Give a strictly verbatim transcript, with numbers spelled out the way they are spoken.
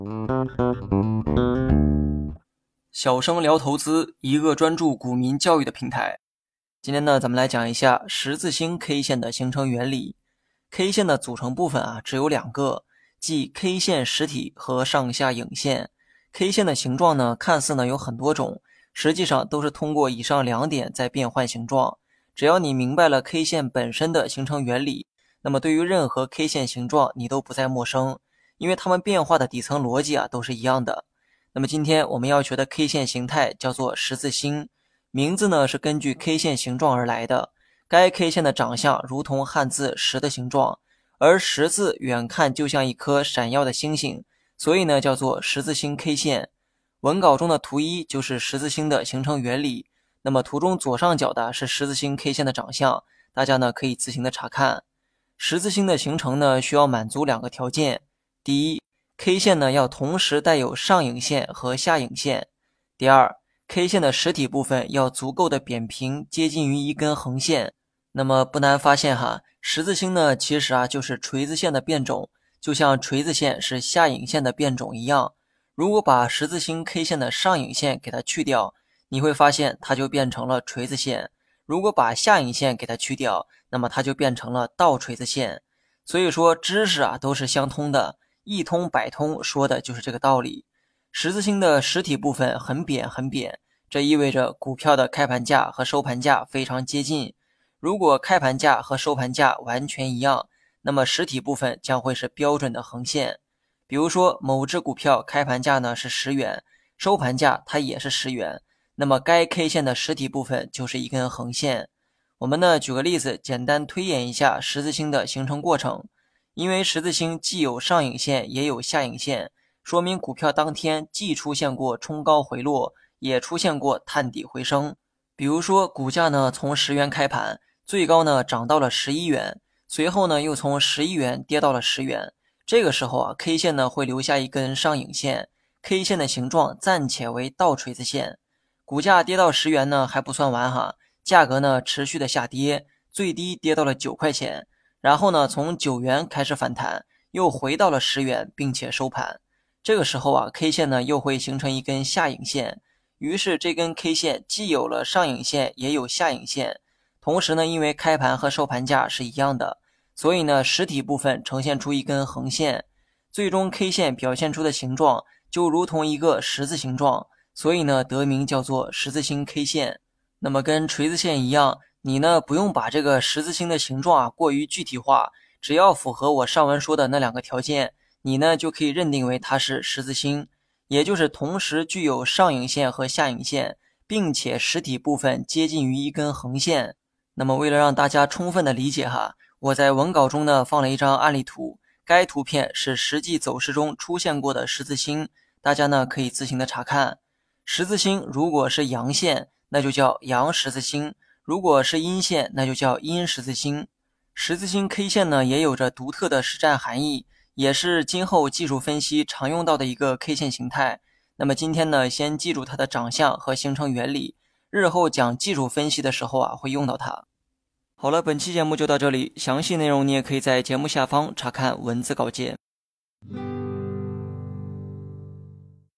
小生聊投资，一个专注股民教育的平台。今天呢，咱们来讲一下十字星 K 线的形成原理。K 线的组成部分啊，只有两个，即 K 线实体和上下影线。K 线的形状呢，看似呢有很多种，实际上都是通过以上两点在变换形状。只要你明白了 K 线本身的形成原理，那么对于任何 K 线形状你都不再陌生，因为它们变化的底层逻辑啊都是一样的。那么今天我们要学的 K 线形态叫做十字星，名字呢是根据 K 线形状而来的。该 K 线的长相如同汉字十的形状，而十字远看就像一颗闪耀的星星，所以呢叫做十字星 K 线。文稿中的图一就是十字星的形成原理，那么图中左上角的是十字星 K 线的长相，大家呢可以自行的查看。十字星的形成呢需要满足两个条件，第一， K 线呢要同时带有上影线和下影线。第二， K 线的实体部分要足够的扁平，接近于一根横线。那么不难发现哈，十字星呢其实啊就是锤子线的变种，就像锤子线是下影线的变种一样。如果把十字星 K 线的上影线给它去掉，你会发现它就变成了锤子线。如果把下影线给它去掉，那么它就变成了倒锤子线。所以说知识啊都是相通的，一通百通，说的就是这个道理。十字星的实体部分很扁很扁，这意味着股票的开盘价和收盘价非常接近。如果开盘价和收盘价完全一样，那么实体部分将会是标准的横线。比如说某只股票开盘价呢是十元，收盘价它也是十元，那么该 K 线的实体部分就是一根横线。我们呢举个例子，简单推演一下十字星的形成过程。因为十字星既有上影线也有下影线，说明股票当天既出现过冲高回落，也出现过探底回升。比如说股价呢从十元开盘，最高呢涨到了十一元，随后呢又从十一元跌到了十元。这个时候啊 K 线呢会留下一根上影线， K 线的形状暂且为倒锤子线。股价跌到十元呢还不算完哈，价格呢持续的下跌，最低跌到了九块钱，然后呢从九元开始反弹，又回到了十元，并且收盘。这个时候啊 K 线呢又会形成一根下影线，于是这根 K 线既有了上影线也有下影线。同时呢因为开盘和收盘价是一样的，所以呢实体部分呈现出一根横线，最终 K 线表现出的形状就如同一个十字形状，所以呢得名叫做十字星 K 线。那么跟锤子线一样，你呢不用把这个十字星的形状啊过于具体化，只要符合我上文说的那两个条件，你呢就可以认定为它是十字星，也就是同时具有上影线和下影线，并且实体部分接近于一根横线。那么为了让大家充分的理解哈，我在文稿中呢放了一张案例图，该图片是实际走势中出现过的十字星，大家呢可以自行的查看。十字星如果是阳线，那就叫阳十字星，如果是阴线，那就叫阴十字星。十字星 K 线呢也有着独特的实战含义，也是今后技术分析常用到的一个 K 线形态。那么今天呢先记住它的长相和形成原理，日后讲技术分析的时候啊会用到它。好了，本期节目就到这里，详细内容你也可以在节目下方查看文字稿件。